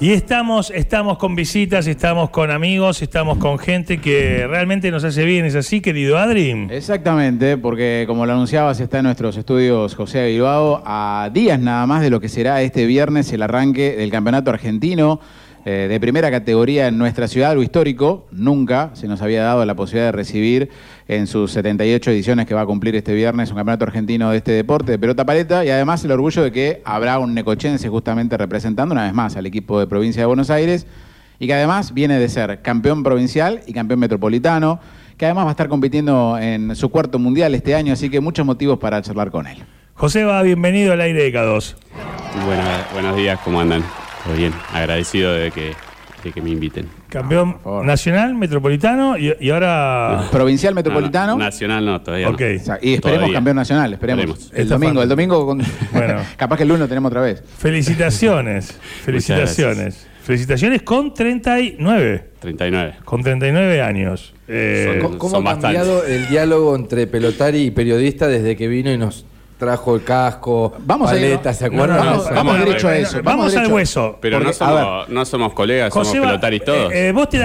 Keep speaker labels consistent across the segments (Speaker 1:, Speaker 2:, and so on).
Speaker 1: Y estamos con visitas, estamos con amigos, estamos con gente que realmente nos hace bien. ¿Es así, querido Adri?
Speaker 2: Exactamente, porque como lo anunciabas, está en nuestros estudios José Bilbao, a días nada más de lo que será este viernes el arranque del campeonato argentino de primera categoría en nuestra ciudad, algo histórico. Nunca se nos había dado la posibilidad de recibir en sus 78 ediciones que va a cumplir este viernes un campeonato argentino de este deporte de pelota paleta, y además el orgullo de que habrá un necochense justamente representando una vez más al equipo de provincia de Buenos Aires, y que además viene de ser campeón provincial y campeón metropolitano, que además va a estar compitiendo en su cuarto mundial este año, así que muchos motivos para charlar con él.
Speaker 1: Joseba, bienvenido al aire de K2.
Speaker 3: Buenos días, ¿cómo andan? Todo bien, agradecido de que me inviten.
Speaker 1: Campeón nacional, metropolitano y ahora...
Speaker 2: Provincial, metropolitano.
Speaker 3: Nacional no, todavía no.
Speaker 1: Okay.
Speaker 2: Y esperemos
Speaker 3: Todavía.
Speaker 2: campeón nacional, esperemos. El domingo con...
Speaker 1: Bueno.
Speaker 2: Capaz que el lunes tenemos otra vez.
Speaker 1: Felicitaciones. Felicitaciones con 39.
Speaker 3: 39.
Speaker 1: Con 39 años.
Speaker 4: ¿Cómo ha cambiado el diálogo entre pelotari y periodista desde que vino y nos trajo el casco, paleta, ¿se acuerdan?
Speaker 2: Vamos derecho a eso.
Speaker 1: Vamos al hueso.
Speaker 3: Pero no somos colegas,
Speaker 1: Joseba,
Speaker 3: somos pelotaris todos.
Speaker 1: Vos te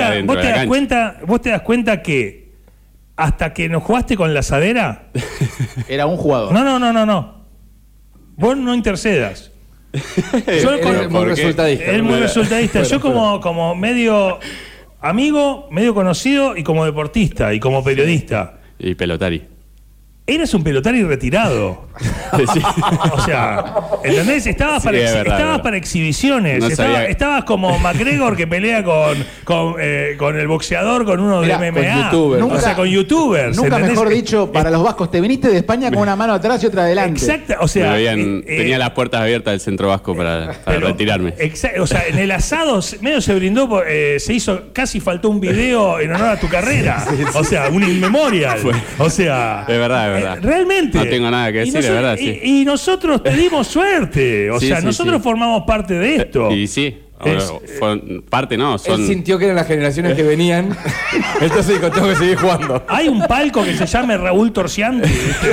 Speaker 1: das cuenta que hasta que nos jugaste con la asadera
Speaker 2: era un jugador.
Speaker 1: No. Vos no intercedas. Yo
Speaker 4: Él muy resultadista.
Speaker 1: Él muy resultadista. Yo como medio amigo, medio conocido y como deportista y como periodista.
Speaker 3: Y pelotari.
Speaker 1: Eras un pelotari retirado.
Speaker 3: Sí.
Speaker 1: O sea, ¿entendés? Estabas para exhibiciones.
Speaker 3: No
Speaker 1: estabas como McGregor que pelea con el boxeador, con uno de MMA. Con youtubers.
Speaker 2: Nunca
Speaker 1: ¿entendés?
Speaker 2: mejor dicho, para los vascos, te viniste de España con una mano atrás y otra adelante.
Speaker 1: Exacto. O sea,
Speaker 3: tenía las puertas abiertas del centro vasco para retirarme.
Speaker 1: Exacto. O sea, en el asado medio se brindó, se hizo, casi faltó un video en honor a tu carrera. O sea, un in memorial. O sea.
Speaker 3: Es verdad.
Speaker 1: Realmente.
Speaker 3: No tengo nada que decir, de verdad, sí.
Speaker 1: Y nosotros te dimos suerte. O sea, nosotros formamos parte de esto.
Speaker 3: Y sí. Parte no, son...
Speaker 4: Él sintió que eran las generaciones que venían. Entonces dijo, tengo que seguir jugando.
Speaker 1: Hay un palco que se llame Raúl Torciante.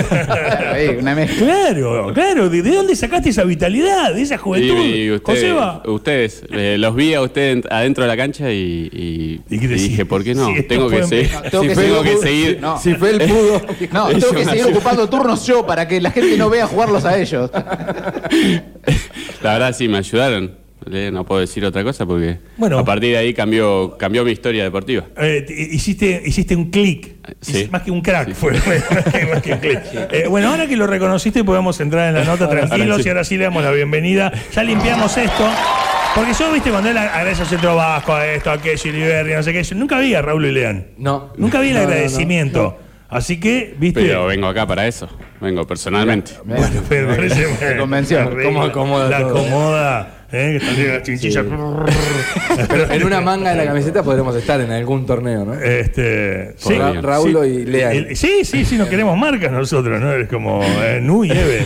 Speaker 1: Claro. ¿De dónde sacaste esa vitalidad, de esa juventud?
Speaker 3: Y ustedes, los vi a ustedes adentro de la cancha y dije, ¿por qué no?
Speaker 1: Sí,
Speaker 3: tengo que seguir.
Speaker 2: Si fue el pudo. No, tengo que seguir ocupando turnos yo para que la gente no vea jugarlos a ellos.
Speaker 3: La verdad sí, me ayudaron. No puedo decir otra cosa porque a partir de ahí cambió mi historia deportiva.
Speaker 1: Hiciste un clic,
Speaker 3: sí.
Speaker 1: Más que un crack,
Speaker 3: sí.
Speaker 1: fue más que un clic. Bueno, ahora que lo reconociste podemos entrar en la nota tranquilos y ahora sí le damos la bienvenida. Ya limpiamos esto. Porque yo, viste, cuando él agradece al Centro Vasco, a esto, a aquello, y Liberia, no sé qué, yo nunca vi a Raúl y Leán. Nunca vi el agradecimiento. Así que, viste...
Speaker 3: Pero vengo acá para eso. Vengo personalmente.
Speaker 1: Bueno, pero parece...
Speaker 2: Se convenció.
Speaker 4: ¿Cómo acomoda
Speaker 1: la
Speaker 4: todo?
Speaker 1: acomoda. Que están las chinchillas.
Speaker 4: Pero en una manga de la camiseta podremos estar en algún torneo, ¿no?
Speaker 1: Sí,
Speaker 4: Raúl y Leán.
Speaker 1: Sí, no queremos marcas nosotros, ¿no? Es como Nu y Eve.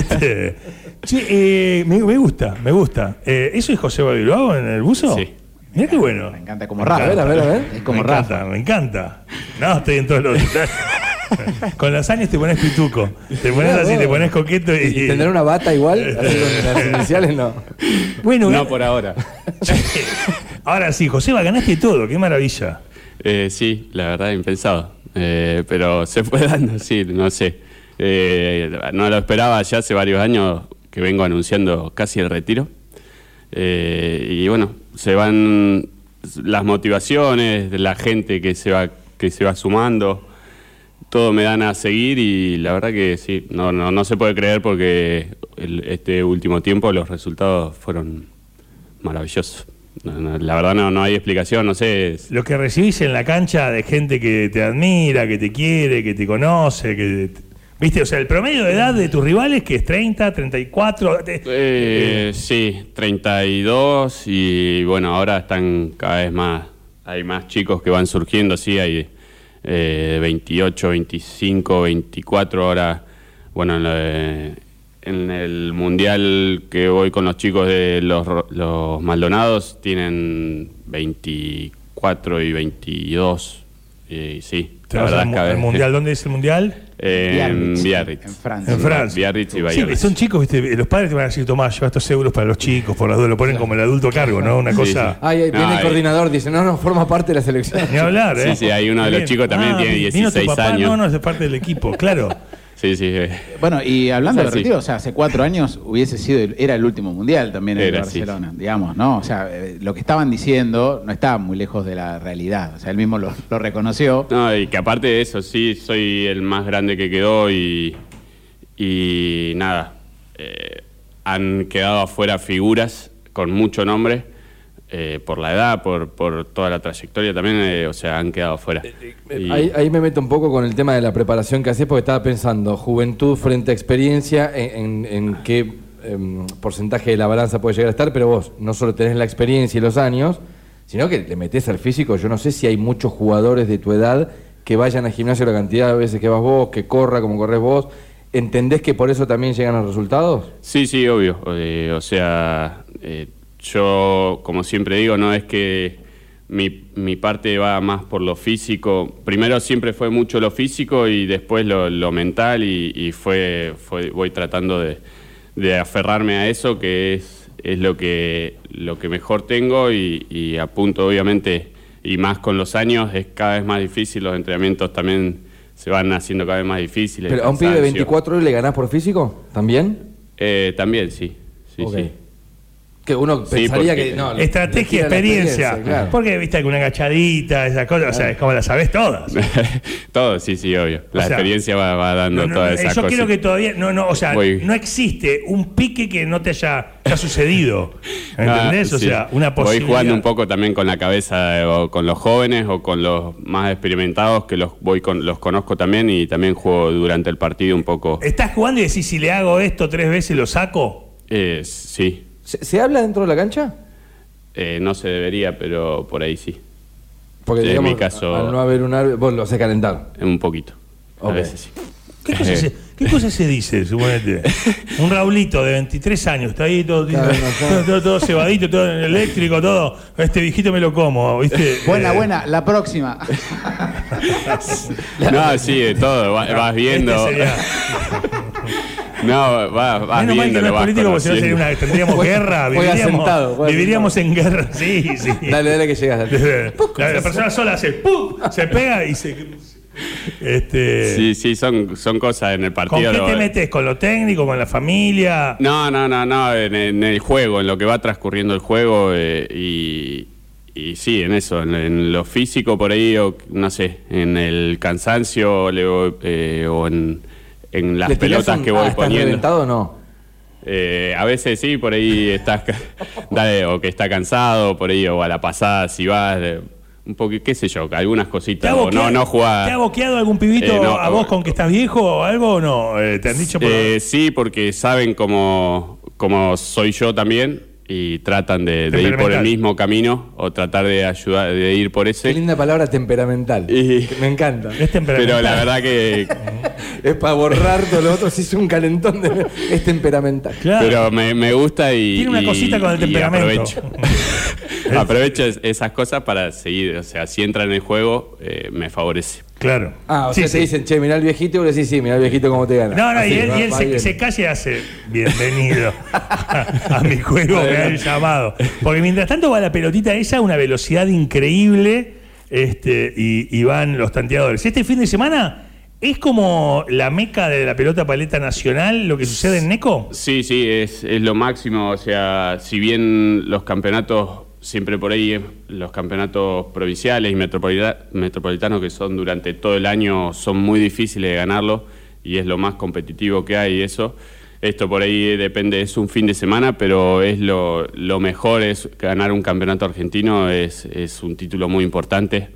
Speaker 1: Me gusta. ¿Eso es José Bilbao en el buzo?
Speaker 3: Sí.
Speaker 1: Mirá qué bueno.
Speaker 2: Me encanta como Rafa.
Speaker 4: A ver.
Speaker 2: Es como Rafa.
Speaker 1: Me encanta. No, estoy en todos los detalles. Con los años te pones pituco. Te pones así, te pones coqueto y...
Speaker 4: ¿Tendrá una bata igual? Así con las iniciales, no.
Speaker 1: Bueno,
Speaker 3: no por ahora.
Speaker 1: Ahora sí, Joseba, ganaste todo. Qué maravilla.
Speaker 3: Sí, la verdad, impensado. Pero se fue dando, sí, no sé. No lo esperaba ya hace varios años que vengo anunciando casi el retiro. Y bueno, se van las motivaciones de la gente que se va sumando. Todo me dan a seguir y la verdad que sí, no se puede creer porque este último tiempo los resultados fueron maravillosos. La verdad no hay explicación, no sé.
Speaker 1: Lo que recibís en la cancha de gente que te admira, que te quiere, que te conoce, ¿viste? O sea, el promedio de edad de tus rivales que es 30, 34...
Speaker 3: Sí, 32 y bueno, ahora están cada vez más, hay más chicos que van surgiendo, sí, hay 28, 25, 24 ahora, bueno, en el mundial que voy con los chicos de los Maldonados tienen 24 y 22, sí.
Speaker 1: Te vas al Mundial. ¿Dónde es el Mundial?
Speaker 3: En Biarritz.
Speaker 2: En Francia.
Speaker 1: En Francia.
Speaker 3: Biarritz y Biarritz.
Speaker 1: Sí, son chicos, ¿viste? Los padres te van a decir, Tomás, lleva estos euros para los chicos, por las dudas, lo ponen como el adulto a cargo, ¿no? Una cosa...
Speaker 4: Sí. Ahí viene el coordinador, dice, no, forma parte de la selección.
Speaker 1: Ni hablar, ¿eh?
Speaker 3: Sí, hay uno de los chicos también tiene 16 años.
Speaker 1: No, es de parte del equipo, claro.
Speaker 3: Sí.
Speaker 2: Bueno, y hablando del retiro, o sea, hace 4 años era el último mundial también en Barcelona, digamos, ¿no? O sea, lo que estaban diciendo no estaba muy lejos de la realidad. O sea, él mismo lo reconoció.
Speaker 3: No, y que aparte de eso, sí, soy el más grande que quedó y nada, han quedado afuera figuras con mucho nombre. Por la edad, por toda la trayectoria también, o sea, han quedado afuera.
Speaker 4: Ahí me meto un poco con el tema de la preparación que haces, porque estaba pensando, juventud frente a experiencia, en qué porcentaje de la balanza puede llegar a estar, pero vos no solo tenés la experiencia y los años, sino que le metés al físico. Yo no sé si hay muchos jugadores de tu edad que vayan al gimnasio la cantidad de veces que vas vos, que corra como corres vos. ¿Entendés que por eso también llegan los resultados?
Speaker 3: Sí, obvio. O sea... yo, como siempre digo, no es que mi parte va más por lo físico. Primero siempre fue mucho lo físico y después lo mental y voy tratando de aferrarme a eso, que es lo que mejor tengo y apunto, obviamente, y más con los años, es cada vez más difícil. Los entrenamientos también se van haciendo cada vez más difíciles.
Speaker 4: ¿Pero a un pibe de 24 horas le ganás por físico? ¿También?
Speaker 3: También, sí.
Speaker 4: Okay. Sí. Que uno pensaría que... No,
Speaker 1: estrategia, experiencia.
Speaker 4: Claro.
Speaker 1: Porque viste que una agachadita, esas cosas, o sea, es como las sabés todas.
Speaker 3: Todo, sí, obvio. La experiencia va dando todas esas cosas.
Speaker 1: Yo creo que todavía, o sea, no existe un pique que no te haya sucedido. ¿Entendés? O sea, una posibilidad.
Speaker 3: Voy jugando un poco también con la cabeza, o con los jóvenes o con los más experimentados, que los conozco también y también juego durante el partido un poco.
Speaker 1: ¿Estás jugando y decís, si le hago esto 3 veces lo saco?
Speaker 3: Sí.
Speaker 4: ¿Se habla dentro de la cancha?
Speaker 3: No se debería, pero por ahí sí.
Speaker 4: Porque digamos,
Speaker 3: en mi caso,
Speaker 4: al no haber un árbitro, vos lo haces calentar.
Speaker 3: Un poquito. A veces sí.
Speaker 1: ¿Qué cosa se dice, suponete? Un Raulito de 23 años, está ahí todo cebadito, todo eléctrico, todo. Este viejito me lo como, ¿viste?
Speaker 2: Buena, la próxima.
Speaker 3: No, sí, de todo, vas viendo. No, vas
Speaker 1: menos mal que no es político, porque si no tendríamos guerra, viviríamos en guerra. Sí.
Speaker 4: Dale que llegas.
Speaker 1: La persona sola hace ¡pum! Se pega y se...
Speaker 3: Sí, son cosas en el partido.
Speaker 1: ¿Con qué te metes? ¿Con lo técnico? ¿Con la familia?
Speaker 3: No, en el juego, en lo que va transcurriendo el juego y sí, en eso, en lo físico por ahí, o no sé, en el cansancio o en las pelotas que voy poniendo. ¿Estás
Speaker 4: reventado o no?
Speaker 3: A veces sí, por ahí estás o que está cansado, por ahí, o a la pasada si vas un poco, qué sé yo, algunas cositas, o no jugar.
Speaker 1: ¿Te ha boqueado algún pibito a vos con que estás viejo o algo o no? ¿Te han dicho por
Speaker 3: sí, porque saben cómo soy yo también y tratan de ir por el mismo camino o tratar de ayudar, de ir por ese.
Speaker 4: Qué linda palabra, temperamental. Me encanta.
Speaker 1: Es temperamental.
Speaker 3: Pero la verdad que...
Speaker 4: es para borrar todo lo otro, si es un calentón, es temperamental.
Speaker 3: Claro. Pero me gusta y...
Speaker 1: Tiene una cosita con el temperamento.
Speaker 3: Aprovecho esas cosas para seguir, o sea, si entra en el juego, me favorece.
Speaker 1: Claro.
Speaker 4: O sea, te dicen, che, mirá al viejito, y vos decís, sí, mirá al viejito cómo te gana.
Speaker 1: No, así, y él se calla y hace, bienvenido a mi juego, me han llamado. Porque mientras tanto va la pelotita esa a una velocidad increíble, y van los tanteadores. Este fin de semana ¿es como la meca de la pelota paleta nacional lo que sucede en Neco?
Speaker 3: Sí, es lo máximo. O sea, si bien los campeonatos, siempre por ahí, los campeonatos provinciales y metropolitanos que son durante todo el año, son muy difíciles de ganarlo y es lo más competitivo que hay eso. Esto por ahí depende, es un fin de semana, pero es lo mejor, es ganar un campeonato argentino, es un título muy importante.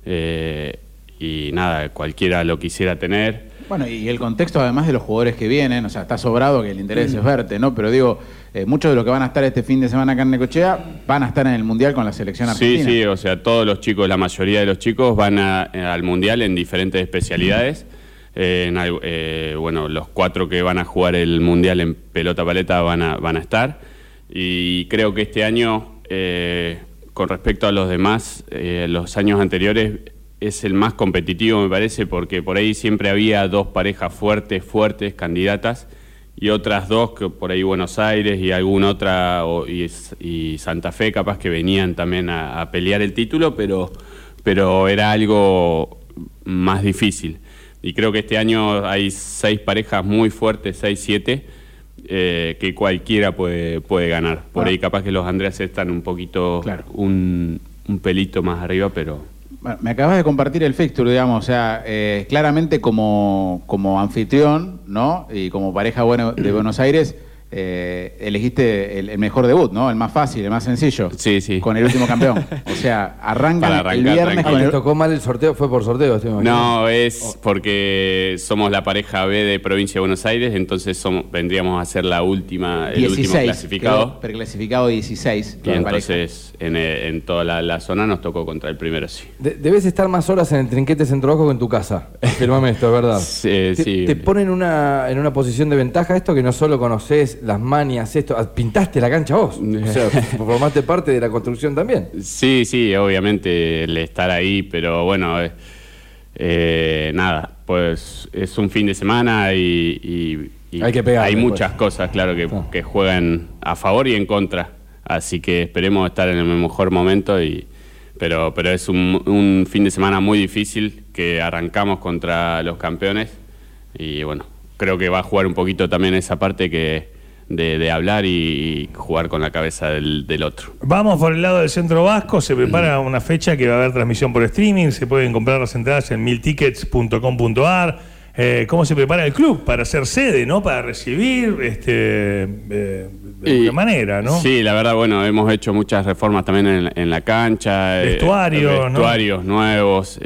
Speaker 3: Y nada, cualquiera lo quisiera tener.
Speaker 2: Bueno, y el contexto además de los jugadores que vienen, o sea, está sobrado que el interés es verte, ¿no? Pero digo, muchos de los que van a estar este fin de semana acá en Necochea van a estar en el Mundial con la selección argentina.
Speaker 3: Sí, o sea, todos los chicos, la mayoría de los chicos van al Mundial en diferentes especialidades. Bueno, los 4 que van a jugar el Mundial en pelota paleta van a estar. Y creo que este año, con respecto a los demás, los años anteriores, es el más competitivo, me parece, porque por ahí siempre había 2 parejas fuertes, candidatas, y otras 2, que por ahí Buenos Aires y alguna otra, y Santa Fe capaz que venían también a pelear el título, pero era algo más difícil. Y creo que este año hay 6 parejas muy fuertes, 6, 7, que cualquiera puede ganar. Por ahí capaz que los Andreas están un poquito,
Speaker 2: claro,
Speaker 3: un pelito más arriba, pero...
Speaker 2: Bueno, me acabas de compartir el fixture, digamos, o sea, claramente como anfitrión, ¿no? Y como pareja de Buenos Aires, elegiste el mejor debut, ¿no? El más fácil, el más sencillo.
Speaker 3: Sí, sí.
Speaker 2: Con el último campeón. O sea, arrancan el viernes con
Speaker 4: ¿Te tocó mal el sorteo? ¿Fue por sorteo?
Speaker 3: No, es porque somos la pareja B de Provincia de Buenos Aires, entonces vendríamos a ser el último clasificado.
Speaker 2: Preclasificado 16.
Speaker 3: Y entonces en toda la zona nos tocó contra el primero, sí.
Speaker 4: Debes estar más horas en el Trinquete Centro Bajo que en tu casa. Afirmame esto, es verdad.
Speaker 3: Sí.
Speaker 4: ¿Te pone en una posición de ventaja esto que no solo conocés las manias, esto? ¿Pintaste la cancha vos? O sea, formaste parte de la construcción también.
Speaker 3: Sí, obviamente el estar ahí, pero bueno, nada, pues es un fin de semana y
Speaker 4: hay que pegar.
Speaker 3: Hay muchas cosas, claro, que juegan a favor y en contra. Así que esperemos estar en el mejor momento, pero es un fin de semana muy difícil que arrancamos contra los campeones y bueno, creo que va a jugar un poquito también esa parte de hablar y jugar con la cabeza del otro.
Speaker 1: Vamos por el lado del Centro Vasco, se prepara una fecha que va a haber transmisión por streaming, se pueden comprar las entradas en 1000tickets.com.ar. ¿Cómo se prepara el club para ser sede, ¿no? Para recibir de qué manera, ¿no?
Speaker 3: Sí, la verdad, bueno, hemos hecho muchas reformas también en la cancha. Vestuarios nuevos.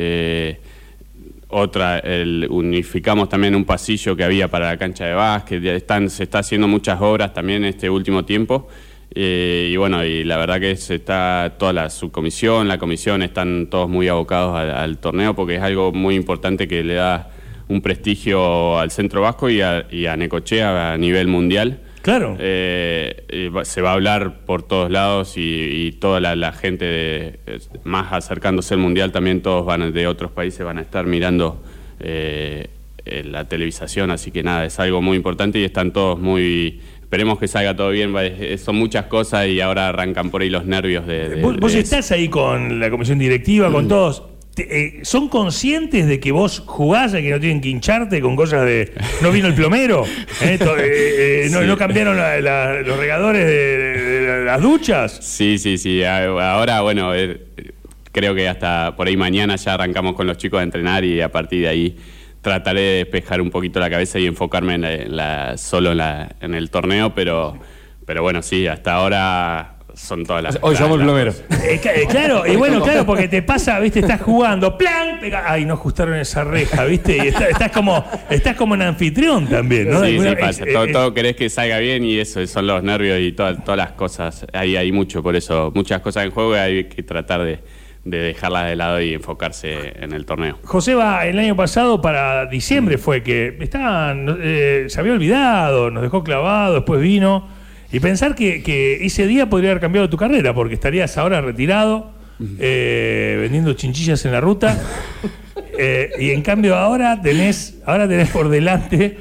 Speaker 3: Unificamos también un pasillo que había para la cancha de básquet. Se está haciendo muchas obras también este último tiempo. Y bueno, y la verdad que está toda la subcomisión, la comisión, están todos muy abocados al torneo porque es algo muy importante que le da un prestigio al Centro Vasco y a Necochea a nivel mundial.
Speaker 1: Claro.
Speaker 3: Se va a hablar por todos lados y toda la gente más acercándose al mundial también, todos de otros países van a estar mirando la televisación, así que nada, es algo muy importante y están todos esperemos que salga todo bien, son muchas cosas y ahora arrancan por ahí los nervios
Speaker 1: ¿Vos estás ahí con la comisión directiva, con todos? ¿Son conscientes de que vos jugás y que no tienen que hincharte con cosas de no vino el plomero? ¿No cambiaron los regadores de las duchas?
Speaker 3: Sí. Ahora, bueno, creo que hasta por ahí mañana ya arrancamos con los chicos a entrenar y a partir de ahí trataré de despejar un poquito la cabeza y enfocarme solo en el torneo, pero bueno, sí, hasta ahora... Son todas las...
Speaker 4: Hoy somos el plomero.
Speaker 1: Claro, y bueno, claro, porque te pasa, ¿viste? Estás jugando, ¡plan! Ay, no ajustaron esa reja, ¿viste? Y estás como un anfitrión también, ¿no?
Speaker 3: Sí, pasa. Todo querés que salga bien y eso, son los nervios y todas las cosas. Hay mucho, por eso, muchas cosas en juego y hay que tratar de dejarlas de lado y enfocarse en el torneo.
Speaker 1: Joseba, el año pasado, para diciembre fue que se había olvidado, nos dejó clavado, después vino... Y pensar que ese día podría haber cambiado tu carrera, porque estarías ahora retirado, vendiendo chinchillas en la ruta, y en cambio ahora tenés por delante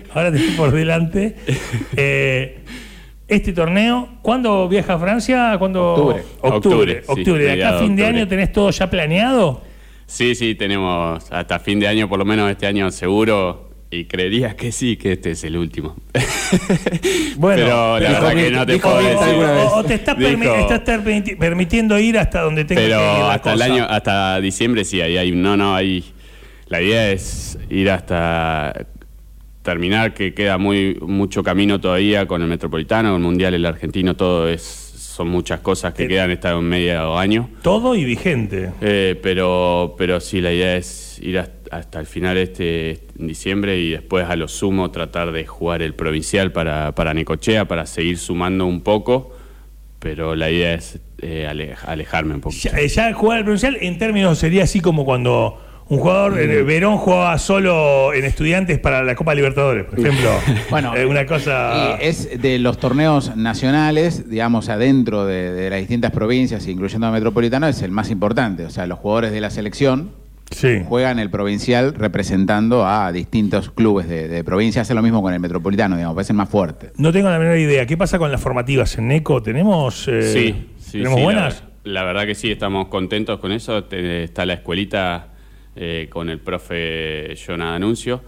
Speaker 1: este torneo. ¿Cuándo viaja a Francia? Octubre.
Speaker 3: Sí,
Speaker 1: ¿De acá a fin de año tenés todo ya planeado?
Speaker 3: Sí, tenemos hasta fin de año, por lo menos este año seguro. Y creerías que sí, que este es el último.
Speaker 1: Bueno,
Speaker 3: pero la verdad que no te puedo decir.
Speaker 1: O te estás permitiendo ir hasta donde tengas que ir.
Speaker 3: Pero hasta el año, hasta diciembre sí, la idea es ir hasta terminar, que queda mucho camino todavía con el Metropolitano, con el Mundial, el Argentino, son muchas cosas que quedan hasta un medio año.
Speaker 1: Todo y vigente.
Speaker 3: Pero sí, la idea es ir hasta el final en diciembre y después a lo sumo tratar de jugar el provincial para Necochea, para seguir sumando un poco, pero la idea es alejarme un poco.
Speaker 1: Ya jugar el provincial en términos sería así como cuando un jugador, Verón jugaba solo en Estudiantes para la Copa Libertadores, por ejemplo.
Speaker 2: Bueno,
Speaker 1: una cosa...
Speaker 2: es de los torneos nacionales, digamos, adentro de las distintas provincias, incluyendo la Metropolitana, es el más importante. O sea, los jugadores de la selección
Speaker 1: Sí.
Speaker 2: juegan el provincial representando a distintos clubes de provincia. Hace lo mismo con el Metropolitano, digamos, parece más fuerte.
Speaker 1: No tengo la menor idea. ¿Qué pasa con las formativas en NECO? ¿Tenemos, ¿tenemos buenas?
Speaker 3: La verdad que sí, estamos contentos con eso. Está la escuelita con el profe Jonah D'Annunzio.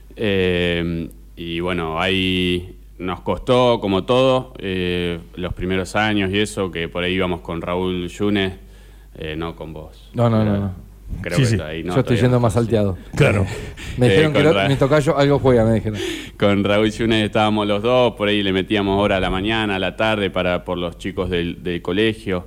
Speaker 3: Y bueno, ahí nos costó, como todo, los primeros años y eso, que por ahí íbamos con Raúl Yunes, no con vos.
Speaker 4: No.
Speaker 3: Creo
Speaker 1: Sí,
Speaker 3: que
Speaker 1: sí.
Speaker 3: ahí no.
Speaker 4: Yo estoy yendo más salteado.
Speaker 1: Claro.
Speaker 4: Me dijeron que
Speaker 3: contra-
Speaker 4: mi tocayo algo juega, me dijeron.
Speaker 3: Con Raúl Yunes estábamos los dos, por ahí le metíamos hora a la mañana, a la tarde por los chicos del colegio,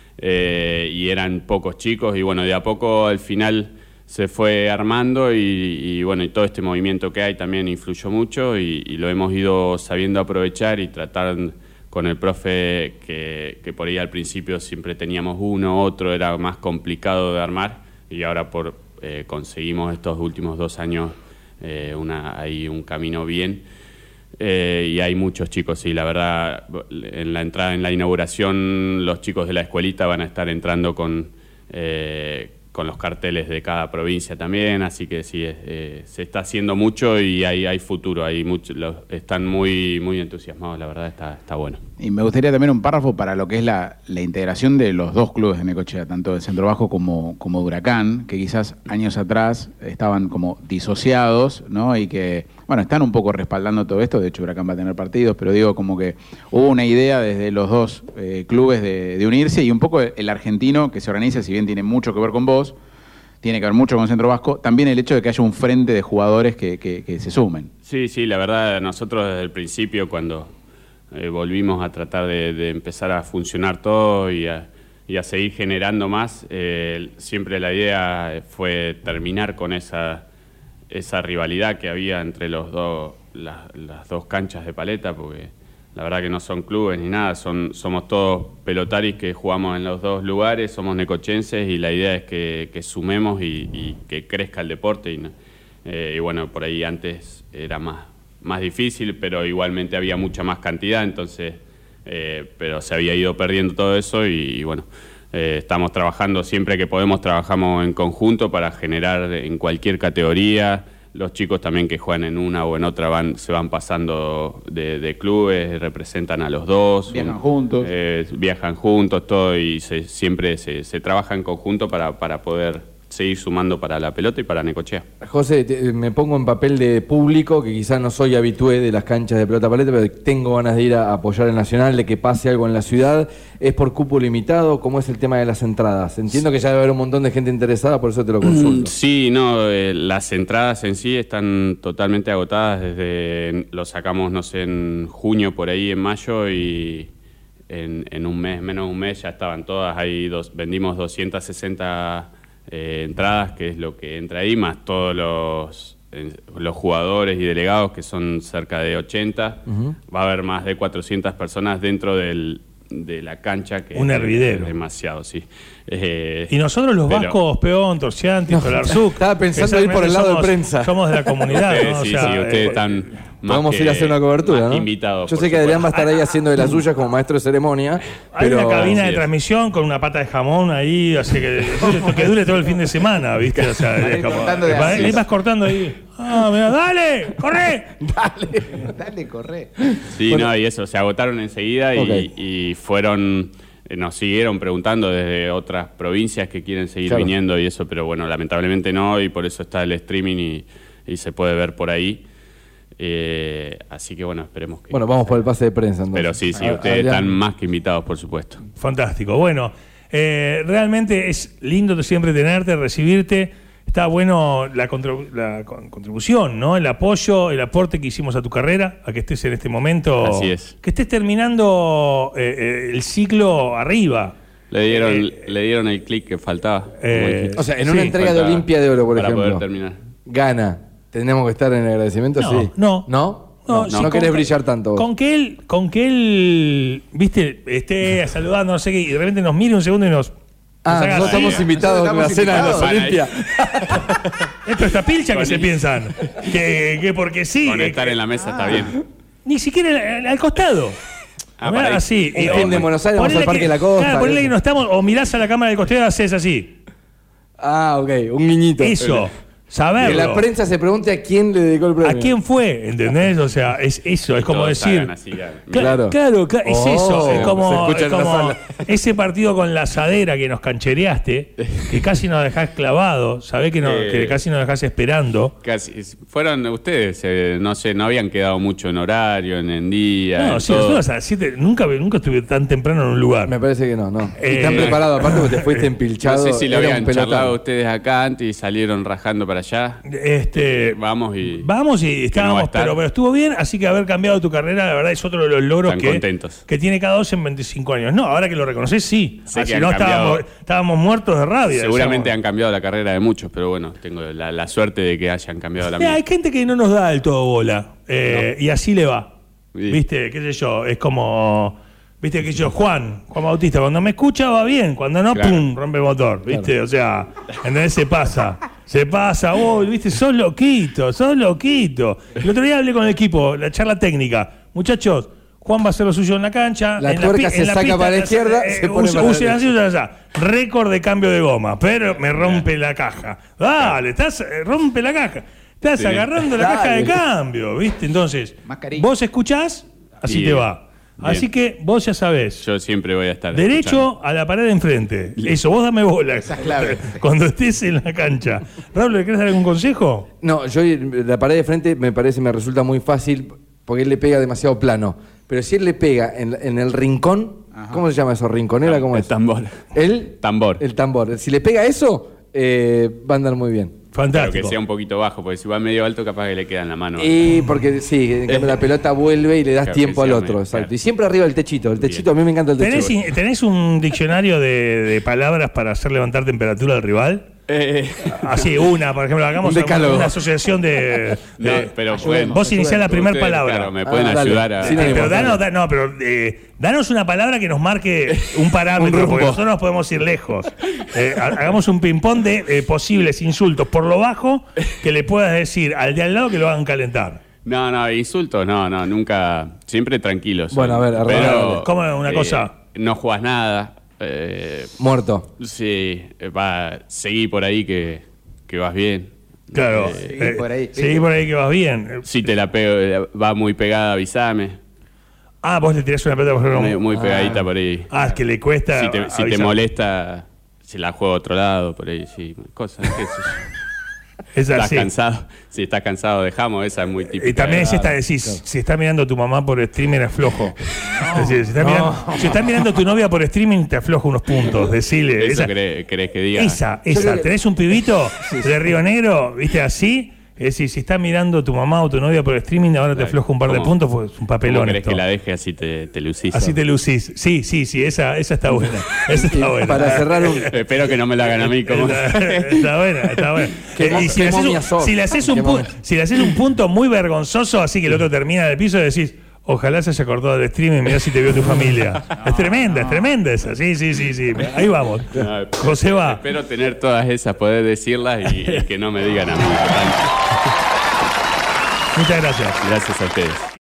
Speaker 3: y eran pocos chicos, y bueno, de a poco al final se fue armando y bueno, y todo este movimiento que hay también influyó mucho y lo hemos ido sabiendo aprovechar y tratar con el profe que por ahí al principio siempre teníamos uno, otro, era más complicado de armar y ahora conseguimos estos últimos 2 años hay un camino bien. Y hay muchos chicos, sí, la verdad, en la entrada, en la inauguración, los chicos de la escuelita van a estar entrando con los carteles de cada provincia también, así que sí, se está haciendo mucho y hay futuro, están muy, muy entusiasmados, la verdad está bueno.
Speaker 2: Y me gustaría también un párrafo para lo que es la integración de los dos clubes de Necochea, tanto de Centro Bajo como de Huracán, que quizás años atrás estaban como disociados, ¿no? Y que, bueno, están un poco respaldando todo esto. De hecho, Huracán va a tener partidos, pero digo, como que hubo una idea desde los dos clubes de unirse, y un poco el argentino que se organiza, si bien tiene mucho que ver con vos, tiene que ver mucho con Centro Vasco, también el hecho de que haya un frente de jugadores que se sumen.
Speaker 3: Sí, la verdad, nosotros desde el principio, cuando volvimos a tratar de empezar a funcionar todo y a seguir generando más, siempre la idea fue terminar con esa rivalidad que había entre las dos canchas de Paleta, porque la verdad que no son clubes ni nada, somos todos pelotaris que jugamos en los dos lugares, somos necochenses y la idea es que sumemos y que crezca el deporte. Y bueno, por ahí antes era más difícil, pero igualmente había mucha más cantidad, entonces, pero se había ido perdiendo todo eso y bueno, estamos trabajando siempre que podemos, trabajamos en conjunto para generar en cualquier categoría. Los chicos también que juegan en una o en otra se van pasando de clubes, representan a los dos.
Speaker 2: Viajan juntos.
Speaker 3: Viajan juntos, todo, y siempre se trabaja en conjunto para poder seguir sumando para la pelota y para Necochea.
Speaker 4: José, me pongo en papel de público, que quizás no soy habitué de las canchas de pelota paleta, pero tengo ganas de ir a apoyar el Nacional, de que pase algo en la ciudad. ¿Es por cupo limitado? ¿Cómo es el tema de las entradas? Entiendo que ya debe haber un montón de gente interesada, por eso te lo consulto.
Speaker 3: Sí, no, las entradas en sí están totalmente agotadas, lo sacamos, no sé, en junio, por ahí, en mayo, y en un mes, menos de un mes, ya estaban todas. Vendimos 260 entradas, que es lo que entra ahí, más todos los jugadores y delegados, que son cerca de 80. Va a haber más de 400 personas dentro de la cancha, que
Speaker 1: un hervidero.
Speaker 3: Es demasiado, sí.
Speaker 1: Y nosotros los vascos, Peón, Torcianti, Solarzuk,
Speaker 4: estaba pensando ir por el lado de prensa.
Speaker 1: Somos de la comunidad, ¿no?
Speaker 3: Sí, ustedes están
Speaker 4: podemos ir a hacer una cobertura, ¿no?
Speaker 3: Invitados.
Speaker 4: Yo sé que Adrián va a estar ahí haciendo de las suyas como maestro de ceremonia.
Speaker 1: Hay
Speaker 4: pero...
Speaker 1: una cabina de
Speaker 3: Sí,
Speaker 1: transmisión con una pata de jamón ahí, así que dure todo el fin de semana, ¿viste? O sea, ahí vas cortando ahí. Ah, mira, dale, corre.
Speaker 2: Dale, corre.
Speaker 3: Sí,
Speaker 4: Bueno.
Speaker 3: no, y eso, se agotaron enseguida y fueron, nos siguieron preguntando desde otras provincias que quieren seguir viniendo y eso, pero bueno, lamentablemente no, y por eso está el streaming y se puede ver por ahí. Así que bueno, esperemos que...
Speaker 4: Bueno, vamos por el pase de prensa entonces.
Speaker 3: Pero sí, ustedes están más que invitados, por supuesto.
Speaker 1: Fantástico. Bueno, realmente es lindo siempre tenerte, recibirte. Está bueno la contribución, ¿no? El apoyo, el aporte que hicimos a tu carrera, a que estés en este momento.
Speaker 3: Así es.
Speaker 1: Que estés terminando el ciclo arriba.
Speaker 3: Le dieron el clic que faltaba. como dijiste.
Speaker 4: O sea, en una entrega de
Speaker 3: Faltaba
Speaker 4: Olimpia de Oro, por
Speaker 3: para
Speaker 4: ejemplo,
Speaker 3: poder terminar.
Speaker 4: gana. ¿Tenemos que estar en el agradecimiento?
Speaker 1: No,
Speaker 4: Sí.
Speaker 1: no.
Speaker 4: ¿No?
Speaker 1: No,
Speaker 4: No querés brillar tanto vos.
Speaker 1: Con que él, viste, esté saludando, no sé qué, y de repente nos mire un segundo y nos haga
Speaker 4: no
Speaker 1: así.
Speaker 4: estamos invitados a la cena de los
Speaker 3: Para
Speaker 4: Olimpia.
Speaker 1: Esto está pilcha que se piensan. Que porque sí.
Speaker 3: Con estar en la mesa está bien.
Speaker 1: Ni siquiera al costado.
Speaker 3: Para ahí.
Speaker 1: Así.
Speaker 4: Un fin de Buenos Aires, vamos
Speaker 1: Ponele
Speaker 4: al Parque de la Costa.
Speaker 1: Claro, ponele que no estamos, o mirás a la cámara del costado y haces así.
Speaker 4: Ah, ok, un guiñito.
Speaker 1: Eso,
Speaker 4: Que
Speaker 1: saberlo.
Speaker 4: la prensa se pregunte a quién le dedicó el premio.
Speaker 1: ¿A quién fue? ¿Entendés? O sea, es eso, es como
Speaker 3: Todos
Speaker 1: decir.
Speaker 3: hagan así,
Speaker 4: Claro.
Speaker 1: Claro, es
Speaker 4: Oh,
Speaker 1: eso. Es
Speaker 4: se
Speaker 1: como,
Speaker 4: escucha
Speaker 1: es
Speaker 4: en la
Speaker 1: como
Speaker 4: sala.
Speaker 1: ese partido con la asadera que nos canchereaste, que casi nos dejás clavados, sabés que casi nos dejás esperando.
Speaker 3: Casi, fueron ustedes, no sé, no habían quedado mucho en horario, en día.
Speaker 1: No,
Speaker 3: en
Speaker 1: sí,
Speaker 3: todo.
Speaker 1: nosotros a las 7, nunca estuve tan temprano en un lugar.
Speaker 4: Me parece que no. Y
Speaker 1: Eh,
Speaker 4: están preparados, aparte porque te fuiste empilchado.
Speaker 3: No sé si lo
Speaker 4: era un
Speaker 3: habían
Speaker 4: pelotón.
Speaker 3: charlado ustedes acá antes y salieron rajando para allá. Vamos y
Speaker 1: y
Speaker 3: que no va
Speaker 1: estábamos,
Speaker 3: a estar.
Speaker 1: pero estuvo bien, así que haber cambiado tu carrera, la verdad, es otro de los logros
Speaker 3: Están contentos.
Speaker 1: que tiene cada dos en 25 años. No, ahora que lo reconoces, sí.
Speaker 3: Sé que
Speaker 1: Si
Speaker 3: han
Speaker 1: no,
Speaker 3: cambiado.
Speaker 1: estábamos muertos de rabia.
Speaker 3: Seguramente
Speaker 1: decíamos.
Speaker 3: han cambiado la carrera de muchos, pero bueno, tengo la suerte de que hayan cambiado la mía.
Speaker 1: Hay gente que no nos da del todo bola, y así le va.
Speaker 3: Sí.
Speaker 1: ¿Viste? ¿Qué sé yo? Es como... ¿Viste? ¿Qué sé yo? Juan Bautista, cuando me escucha va bien, cuando no,
Speaker 3: Claro.
Speaker 1: ¡pum! Rompe motor. ¿Viste? O sea, ¿entendés? Se pasa, ¿viste? Sos loquito. El otro día hablé con el equipo, la charla técnica. Muchachos, Juan va a hacer lo suyo en la cancha.
Speaker 4: La
Speaker 1: en
Speaker 4: tuerca se
Speaker 1: en
Speaker 4: saca
Speaker 1: pista,
Speaker 4: para la izquierda, se pone para la
Speaker 1: usen así,
Speaker 4: derecha.
Speaker 1: usen así. Récord de cambio de goma, pero me rompe la caja. Dale, rompe la caja. Estás
Speaker 3: Sí.
Speaker 1: agarrando la caja de cambio, ¿viste? Entonces,
Speaker 2: Mascarilla.
Speaker 1: vos escuchás, así
Speaker 3: Y-
Speaker 1: te va.
Speaker 3: bien.
Speaker 1: Así que vos ya sabés.
Speaker 3: Yo siempre voy a estar
Speaker 1: Derecho
Speaker 3: escuchando.
Speaker 1: a la pared de enfrente. Eso, vos dame bola.
Speaker 2: Esa es clave.
Speaker 1: Cuando estés en la cancha. Raúl, ¿le querés dar algún consejo?
Speaker 4: No, yo la pared de frente me resulta muy fácil porque él le pega demasiado plano. Pero si él le pega en el rincón, ¿cómo se llama eso? ¿Rinconera? ¿Cómo
Speaker 3: El
Speaker 4: es?
Speaker 3: tambor.
Speaker 4: El
Speaker 3: Tambor.
Speaker 4: El tambor. Si le pega eso, va a andar muy bien.
Speaker 3: Pero
Speaker 1: Fantástico.
Speaker 3: que sea un poquito bajo, porque si va medio alto, capaz que le queda en la mano.
Speaker 4: Y porque sí, en cambio la pelota vuelve y le das
Speaker 3: Claro,
Speaker 4: tiempo
Speaker 3: que
Speaker 4: al
Speaker 3: sea
Speaker 4: otro.
Speaker 3: medio,
Speaker 4: Exacto.
Speaker 3: claro.
Speaker 4: Y siempre arriba del techito. El techito, a mí me encanta el techo.
Speaker 1: ¿Tenés un diccionario de palabras para hacer levantar temperatura al rival? Así, una, por ejemplo, hagamos
Speaker 4: Un decálogo.
Speaker 1: una asociación de...
Speaker 3: No, pero pueden.
Speaker 1: Vos iniciás la primera
Speaker 3: ustedes,
Speaker 1: palabra.
Speaker 3: Claro, me pueden
Speaker 4: dale.
Speaker 3: ayudar a.
Speaker 4: Sí, no,
Speaker 1: Pero
Speaker 4: dale.
Speaker 1: danos una palabra que nos marque un parámetro,
Speaker 4: rumbo.
Speaker 1: porque nosotros nos podemos ir lejos. Hagamos un ping-pong de posibles insultos por lo bajo que le puedas decir al de al lado que lo hagan calentar.
Speaker 3: No, insultos, no, nunca. Siempre tranquilos.
Speaker 4: Bueno, a ver,
Speaker 3: pero,
Speaker 1: ¿cómo es una cosa?
Speaker 3: No jugás nada.
Speaker 4: Muerto.
Speaker 3: Sí, seguí por ahí que vas bien.
Speaker 1: Claro.
Speaker 2: Seguí por ahí.
Speaker 1: Seguí por ahí que vas bien.
Speaker 3: Si te la pego, va muy pegada, avísame.
Speaker 1: Vos le tirás una pelota por ejemplo.
Speaker 3: Muy pegadita por ahí.
Speaker 1: Es que le cuesta.
Speaker 3: Si te
Speaker 1: avisar.
Speaker 3: molesta, se la juego a otro lado, por ahí, sí. Cosas, qué sé yo.
Speaker 1: Es
Speaker 3: ¿Estás
Speaker 1: así.
Speaker 3: cansado? Si estás cansado, dejamos. Esa es muy típica.
Speaker 1: Y también es esta,
Speaker 4: Claro,
Speaker 1: decís,
Speaker 4: claro.
Speaker 1: si está mirando tu mamá por streaming, aflojo. Es decir, si está mirando tu novia por streaming, te afloja unos puntos. Decile.
Speaker 3: ¿Eso
Speaker 1: Esa,
Speaker 3: querés que diga?
Speaker 1: esa.
Speaker 4: creo que-
Speaker 1: ¿Tenés un pibito de Río Negro, viste, así? Es decir, si está mirando tu mamá o tu novia por streaming, ahora te afloja un par de
Speaker 3: ¿Cómo?
Speaker 1: puntos, pues es un
Speaker 3: ¿Cómo
Speaker 1: papelón
Speaker 3: querés
Speaker 1: esto.
Speaker 3: que la deje así te lucís?
Speaker 1: Así te lucís. Sí, esa está buena. Esa está buena.
Speaker 4: Para cerrar un.
Speaker 3: Espero que no me la hagan a mí como...
Speaker 1: Está buena. Y si
Speaker 4: qué
Speaker 1: le haces
Speaker 4: momia
Speaker 1: un-
Speaker 4: sos.
Speaker 1: si le haces un
Speaker 4: Qué
Speaker 1: pu-
Speaker 4: momia.
Speaker 1: si le haces un punto muy vergonzoso, así que el otro termina en el piso, decís, ojalá se haya cortado el streaming, mirá si te vio tu familia. Es tremenda esa. Sí. Ahí vamos.
Speaker 3: No,
Speaker 1: Joseba.
Speaker 3: Espero tener todas esas, poder decirlas y que no me digan a mí. Total.
Speaker 1: Muchas gracias.
Speaker 3: Gracias a ustedes.